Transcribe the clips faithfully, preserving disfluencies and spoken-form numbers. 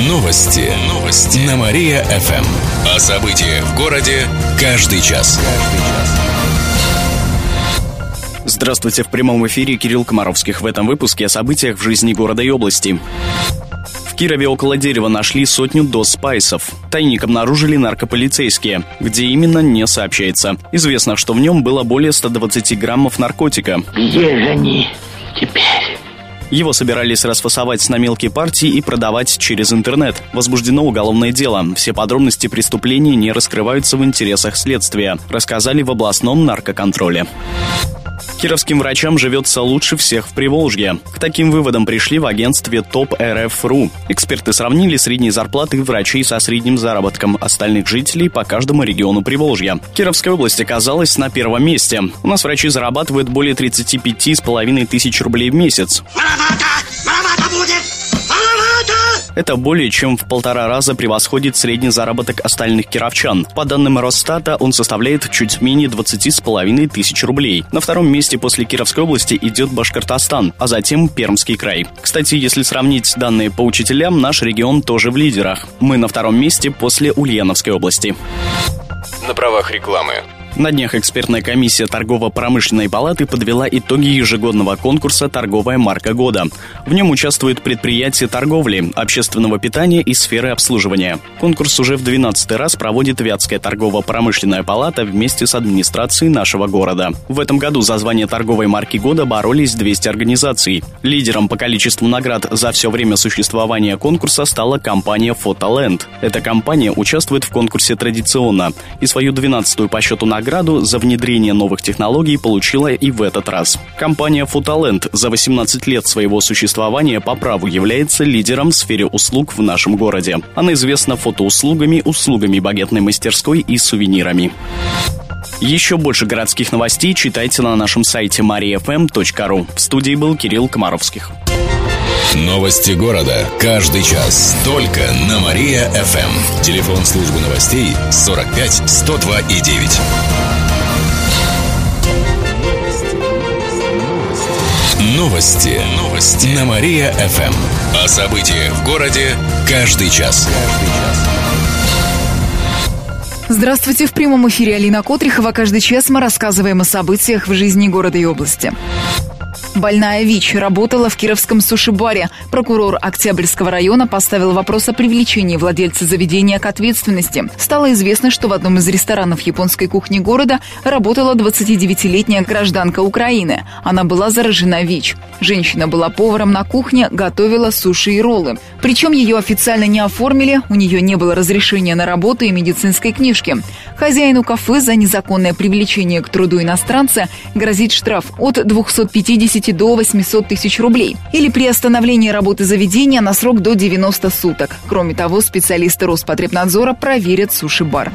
Новости. Новости. На Мария-ФМ. О событиях в городе каждый час. Здравствуйте, в прямом эфире Кирилл Комаровских. В этом выпуске о событиях в жизни города и области. В Кирове около дерева нашли сотню доз спайсов. Тайник обнаружили наркополицейские. Где именно, не сообщается. Известно, что в нем было более ста двадцати граммов наркотика. Где же они теперь? Его собирались расфасовать на мелкие партии и продавать через интернет. Возбуждено уголовное дело. Все подробности преступления не раскрываются в интересах следствия, рассказали в областном наркоконтроле. Кировским врачам живется лучше всех в Приволжье. К таким выводам пришли в агентстве топ эр эф точка ру. Эксперты сравнили средние зарплаты врачей со средним заработком остальных жителей по каждому региону Приволжья. Кировская область оказалась на первом месте. У нас врачи зарабатывают более тридцати пяти с половиной тысяч рублей в месяц. Это более чем в полтора раза превосходит средний заработок остальных кировчан. По данным Росстата, он составляет чуть менее двадцати с половиной тысяч рублей. На втором месте после Кировской области идет Башкортостан, а затем Пермский край. Кстати, если сравнить данные по учителям, наш регион тоже в лидерах. Мы на втором месте после Ульяновской области. На правах рекламы. На днях экспертная комиссия Торгово-промышленной палаты подвела итоги ежегодного конкурса «Торговая марка года». В нем участвуют предприятия торговли, общественного питания и сферы обслуживания. Конкурс уже в двенадцатый раз проводит Вятская торгово-промышленная палата вместе с администрацией нашего города. В этом году за звание торговой марки года боролись двести организаций. Лидером по количеству наград за все время существования конкурса стала компания «Фотоленд». Эта компания участвует в конкурсе традиционно и свою двенадцатую по счету награду Награду за внедрение новых технологий получила и в этот раз. Компания «Фотоленд» за восемнадцать лет своего существования по праву является лидером в сфере услуг в нашем городе. Она известна фотоуслугами, услугами багетной мастерской и сувенирами. Еще больше городских новостей читайте на нашем сайте мария эф эм точка ру. В студии был Кирилл Комаровских. Новости города. Каждый час. Только на Мария-ФМ. Телефон службы новостей сорок пять сто два и девять. Новости. Новости. На Мария-ФМ. О событиях в городе каждый час. Здравствуйте, в прямом эфире Алина Котрихова. Каждый час мы рассказываем о событиях в жизни города и области. Больная ВИЧ работала в Кировском суши-баре. Прокурор Октябрьского района поставил вопрос о привлечении владельца заведения к ответственности. Стало известно, что в одном из ресторанов японской кухни города работала двадцатидевятилетняя гражданка Украины. Она была заражена ВИЧ. Женщина была поваром на кухне, готовила суши и роллы. Причем ее официально не оформили, у нее не было разрешения на работу и медицинской книжки. Хозяину кафе за незаконное привлечение к труду иностранца грозит штраф от двухсот пятидесяти до восьмисот тысяч рублей или приостановление работы заведения на срок до девяноста суток. Кроме того, специалисты Роспотребнадзора проверят суши-бар.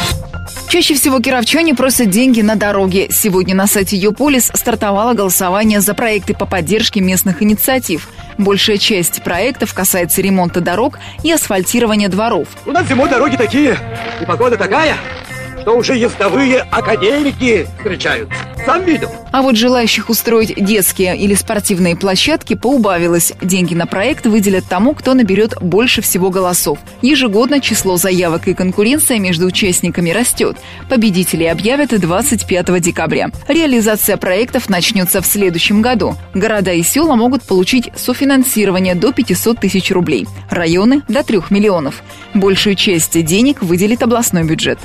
Чаще всего кировчане просят деньги на дороги. Сегодня на сайте Йополис стартовало голосование за проекты по поддержке местных инициатив. Большая часть проектов касается ремонта дорог и асфальтирования дворов. У нас зимой дороги такие, и погода такая, что уже ездовые академики встречают. Сам видел. А вот желающих устроить детские или спортивные площадки поубавилось. Деньги на проект выделят тому, кто наберет больше всего голосов. Ежегодно число заявок и конкуренция между участниками растет. Победителей объявят двадцать пятого декабря. Реализация проектов начнется в следующем году. Города и села могут получить софинансирование до пятисот тысяч рублей. Районы – до трех миллионов. Большую часть денег выделит областной бюджет.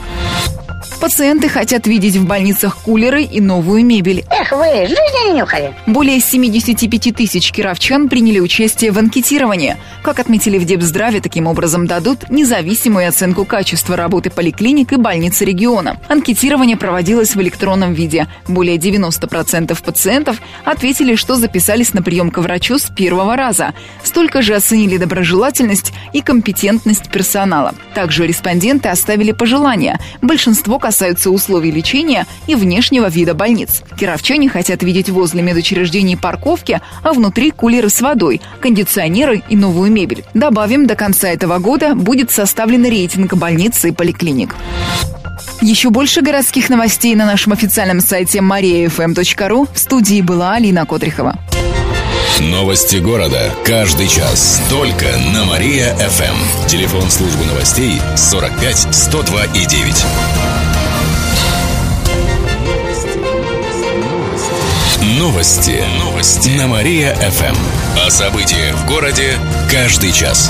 Пациенты хотят видеть в больницах кулеры и новую мебель. Эх вы, жизни не нюхали. Более семидесяти пяти тысяч кировчан приняли участие в анкетировании. Как отметили в Депздраве, таким образом дадут независимую оценку качества работы поликлиник и больниц региона. Анкетирование проводилось в электронном виде. Более девяноста процентов пациентов ответили, что записались на прием к врачу с первого раза. Столько же оценили доброжелательность и компетентность персонала. Также респонденты оставили пожелания. Большинство касаются условий лечения и внешнего вида больниц. Кировчане хотят видеть возле медучреждений парковки, а внутри кулеры с водой, кондиционеры и новую мебель. Добавим, до конца этого года будет составлен рейтинг больниц и поликлиник. Еще больше городских новостей на нашем официальном сайте мария эф эм точка ру. В студии была Алина Котрихова. Новости города. Каждый час. Только на Мария-ФМ. Телефон службы новостей сорок пять сто два и девять. Новости. Новости. На Мария-ФМ. О событиях в городе каждый час.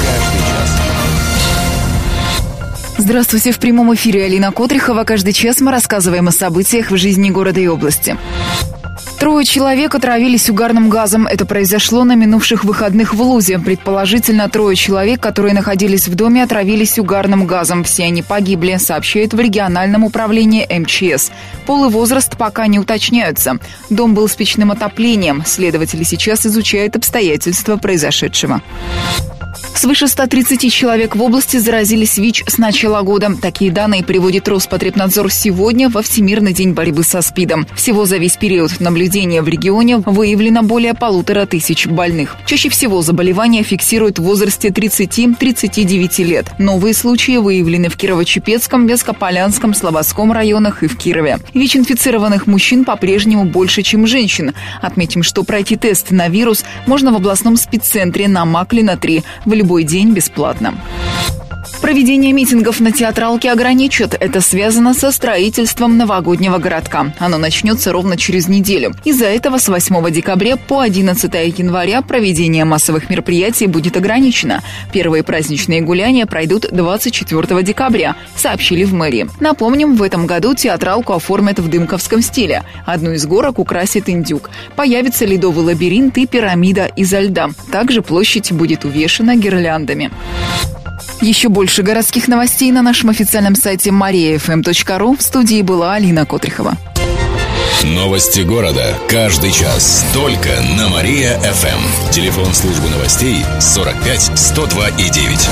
Здравствуйте, в прямом эфире Алина Котрихова. Каждый час мы рассказываем о событиях в жизни города и области. Трое человек отравились угарным газом. Это произошло на минувших выходных в Лузе. Предположительно, трое человек, которые находились в доме, отравились угарным газом. Все они погибли, сообщают в региональном управлении эм че эс. Пол и возраст пока не уточняются. Дом был с печным отоплением. Следователи сейчас изучают обстоятельства произошедшего. Свыше ста тридцати человек в области заразились ВИЧ с начала года. Такие данные приводит Роспотребнадзор сегодня во Всемирный день борьбы со СПИДом. Всего за весь период наблюдения в регионе выявлено более полутора тысяч больных. Чаще всего заболевание фиксируют в возрасте тридцати-тридцати девяти лет. Новые случаи выявлены в Кирово-Чепецком, Бескополянском, Слободском районах и в Кирове. ВИЧ-инфицированных мужчин по-прежнему больше, чем женщин. Отметим, что пройти тест на вирус можно в областном спеццентре на Маклина три в любой день бесплатно. Проведение митингов на Театралке ограничат. Это связано со строительством новогоднего городка. Оно начнется ровно через неделю. Из-за этого с восьмого декабря по одиннадцатое января проведение массовых мероприятий будет ограничено. Первые праздничные гуляния пройдут двадцать четвёртого декабря, сообщили в мэрии. Напомним, в этом году Театралку оформят в дымковском стиле. Одну из горок украсит индюк. Появится ледовый лабиринт и пирамида изо льда. Также площадь будет увешана гирляндами. Еще больше городских новостей на нашем официальном сайте мария эф эм точка ру. В студии была Алина Котрихова. Новости города. Каждый час. Только на Мария-ФМ. Телефон службы новостей сорок пять сто два и девять.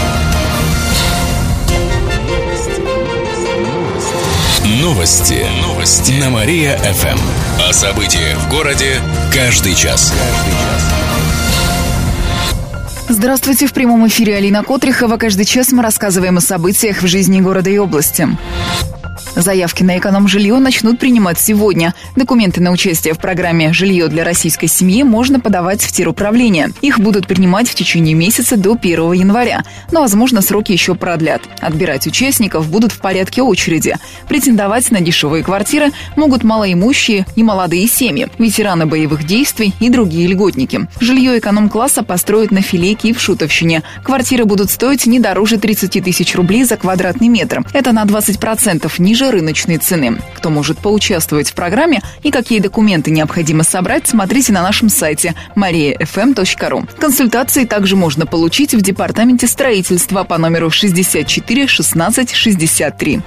Новости. Новости. На Мария-ФМ. О событиях в городе каждый час. Здравствуйте, в прямом эфире Алина Котрихова. Каждый час мы рассказываем о событиях в жизни города и области. Заявки на эконом-жилье начнут принимать сегодня. Документы на участие в программе «Жилье для российской семьи» можно подавать в теруправление. Их будут принимать в течение месяца до первого января. Но, возможно, сроки еще продлят. Отбирать участников будут в порядке очереди. Претендовать на дешевые квартиры могут малоимущие и молодые семьи, ветераны боевых действий и другие льготники. Жилье эконом-класса построят на Филейке и в Шутовщине. Квартиры будут стоить не дороже тридцати тысяч рублей за квадратный метр. Это на двадцать процентов ниже рыночной цены. Кто может поучаствовать в программе и какие документы необходимо собрать, смотрите на нашем сайте мария эф эм точка ру. Консультации также можно получить в департаменте строительства по номеру шестьдесят четыре шестнадцать шестьдесят три.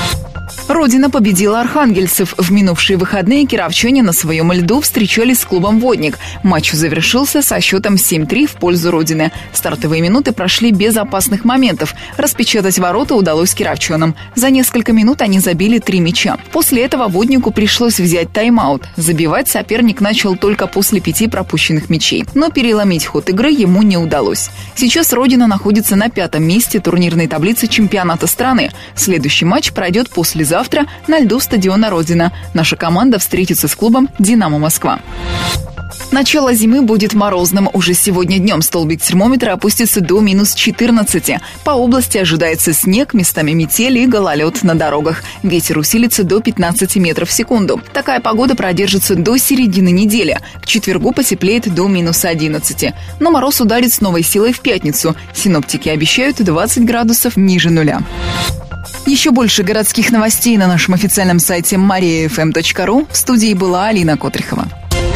Родина победила архангельцев. В минувшие выходные кировчане на своем льду встречались с клубом «Водник». Матч завершился со счетом семь-три в пользу Родины. Стартовые минуты прошли без опасных моментов. Распечатать ворота удалось кировчанам. За несколько минут они забили три мяча. После этого «Воднику» пришлось взять тайм-аут. Забивать соперник начал только после пяти пропущенных мячей. Но переломить ход игры ему не удалось. Сейчас Родина находится на пятом месте турнирной таблицы чемпионата страны. Следующий матч пройдет послезавтра. Завтра на льду стадиона Родина. Наша команда встретится с клубом «Динамо Москва». Начало зимы будет морозным. Уже сегодня днем столбик термометра опустится до минус четырнадцати. По области ожидается снег, местами метель и гололед на дорогах. Ветер усилится до пятнадцати метров в секунду. Такая погода продержится до середины недели. К четвергу потеплеет до минус одиннадцати. Но мороз ударит с новой силой в пятницу. Синоптики обещают двадцать градусов ниже нуля. Еще больше городских новостей на нашем официальном сайте мария эф эм точка ру. В студии была Алина Котрихова.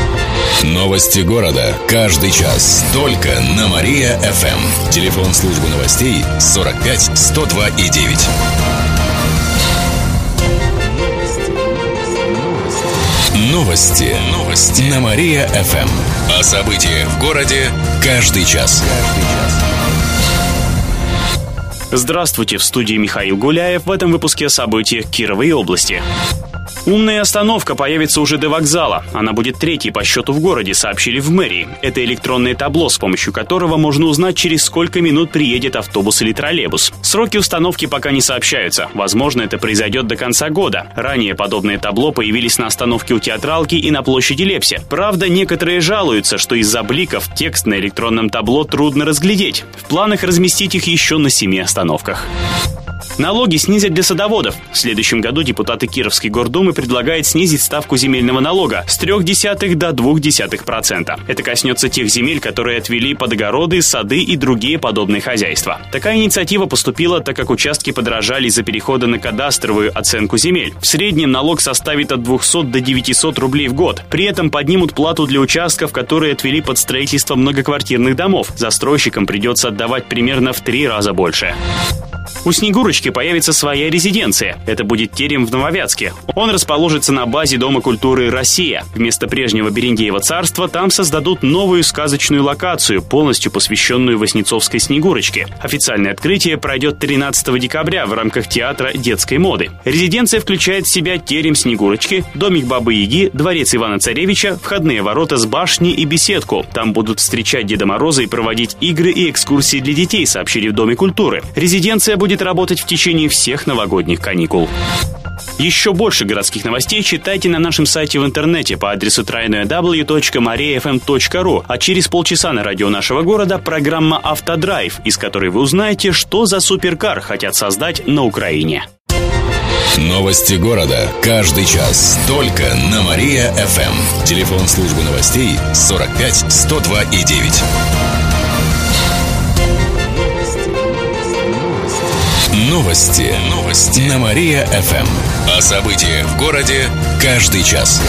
Новости города. Каждый час. Только на Мария-ФМ. Телефон службы новостей сорок пять сто два и девять. Новости. Новости. На Мария-ФМ. О событиях в городе каждый час. Здравствуйте, в студии Михаил Гуляев. В этом выпуске о событиях Кировой области. Умная остановка появится уже до вокзала. Она будет третьей по счету в городе, сообщили в мэрии. Это электронное табло, с помощью которого можно узнать, через сколько минут приедет автобус или троллейбус. Сроки установки пока не сообщаются. Возможно, это произойдет до конца года. Ранее подобные табло появились на остановке у Театралки и на площади Лепси. Правда, некоторые жалуются, что из-за бликов текст на электронном табло трудно разглядеть. В планах разместить их еще на семи остановках. Налоги снизят для садоводов. В следующем году депутаты Кировской гордумы предлагают снизить ставку земельного налога с трёх десятых до двух десятых процента. Это коснется тех земель, которые отвели под огороды, сады и другие подобные хозяйства. Такая инициатива поступила, так как участки подорожали из-за перехода на кадастровую оценку земель. В среднем налог составит от двухсот до девятисот рублей в год. При этом поднимут плату для участков, которые отвели под строительство многоквартирных домов. Застройщикам придется отдавать примерно в три раза больше. У Снегурочки появится своя резиденция. Это будет терем в Нововятске. Он расположится на базе Дома культуры «Россия». Вместо прежнего Берендеева царства там создадут новую сказочную локацию, полностью посвященную Васнецовской Снегурочке. Официальное открытие пройдет тринадцатого декабря в рамках театра детской моды. Резиденция включает в себя терем Снегурочки, домик Бабы-Яги, дворец Ивана-Царевича, входные ворота с башней и беседку. Там будут встречать Деда Мороза и проводить игры и экскурсии для детей, сообщили в Доме культуры. Резиденция будет работать в течение всех новогодних каникул. Еще больше городских новостей читайте на нашем сайте в интернете по адресу дабл ю дабл ю дабл ю точка мария эф эм точка ру. А через полчаса на радио нашего города программа «Автодрайв», из которой вы узнаете, что за суперкар хотят создать на Украине. Новости города. Каждый час. Только на Мария-ФМ. Телефон службы новостей сорок пять сто два и девять. Новости. Новости. На Мария-ФМ. О событиях в городе каждый час.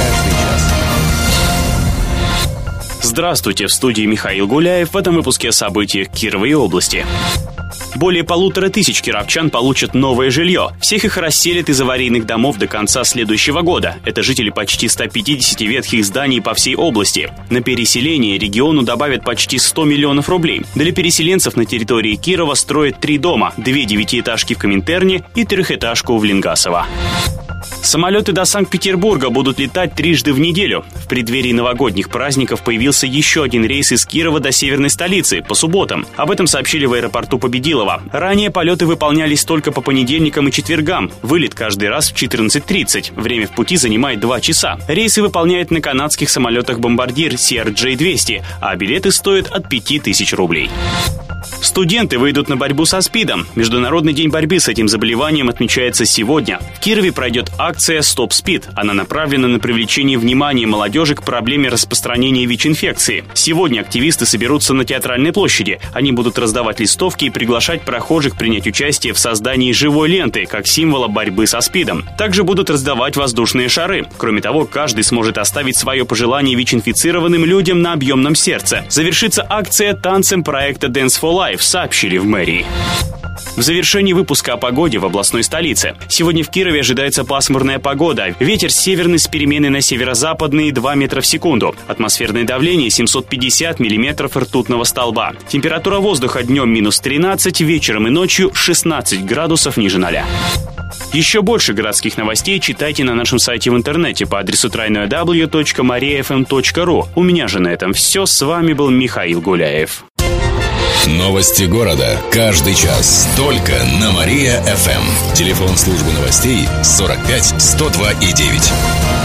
Здравствуйте, в студии Михаил Гуляев. В этом выпуске о событиях Кировой области. Более полутора тысяч кировчан получат новое жилье. Всех их расселят из аварийных домов до конца следующего года. Это жители почти ста пятидесяти ветхих зданий по всей области. На переселение региону добавят почти сто миллионов рублей. Для переселенцев на территории Кирова строят три дома. Две девятиэтажки в Коминтерне и трехэтажку в Ленгасово. Самолеты до Санкт-Петербурга будут летать трижды в неделю. В преддверии новогодних праздников появился еще один рейс из Кирова до северной столицы по субботам. Об этом сообщили в аэропорту Победилова. Ранее полеты выполнялись только по понедельникам и четвергам. Вылет каждый раз в четырнадцать тридцать. Время в пути занимает два часа. Рейсы выполняют на канадских самолетах «Бомбардир» си ар джей двести, а билеты стоят от пяти тысяч рублей. Студенты выйдут на борьбу со СПИДом. Международный день борьбы с этим заболеванием отмечается сегодня. В Кирове пройдет акция «Стоп СПИД». Она направлена на привлечение внимания молодежи к проблеме распространения ВИЧ-инфекции. Сегодня активисты соберутся на Театральной площади. Они будут раздавать листовки и приглашать прохожих принять участие в создании живой ленты, как символа борьбы со СПИДом. Также будут раздавать воздушные шары. Кроме того, каждый сможет оставить свое пожелание ВИЧ-инфицированным людям на объемном сердце. Завершится акция танцем проекта Dance for Life, сообщили в мэрии. В завершении выпуска о погоде в областной столице. Сегодня в Кирове ожидается пасмурная погода. Ветер северный с переменой на северо-западный два метра в секунду. Атмосферное давление семьсот пятьдесят миллиметров ртутного столба. Температура воздуха днем минус тринадцать, вечером и ночью шестнадцать градусов ниже ноля. Еще больше городских новостей читайте на нашем сайте в интернете по адресу дабл ю дабл ю дабл ю точка мария эф эм точка ру. У меня же на этом все. С вами был Михаил Гуляев. Новости города. Каждый час. Только на Мария-ФМ. Телефон службы новостей сорок пять сто два и девять.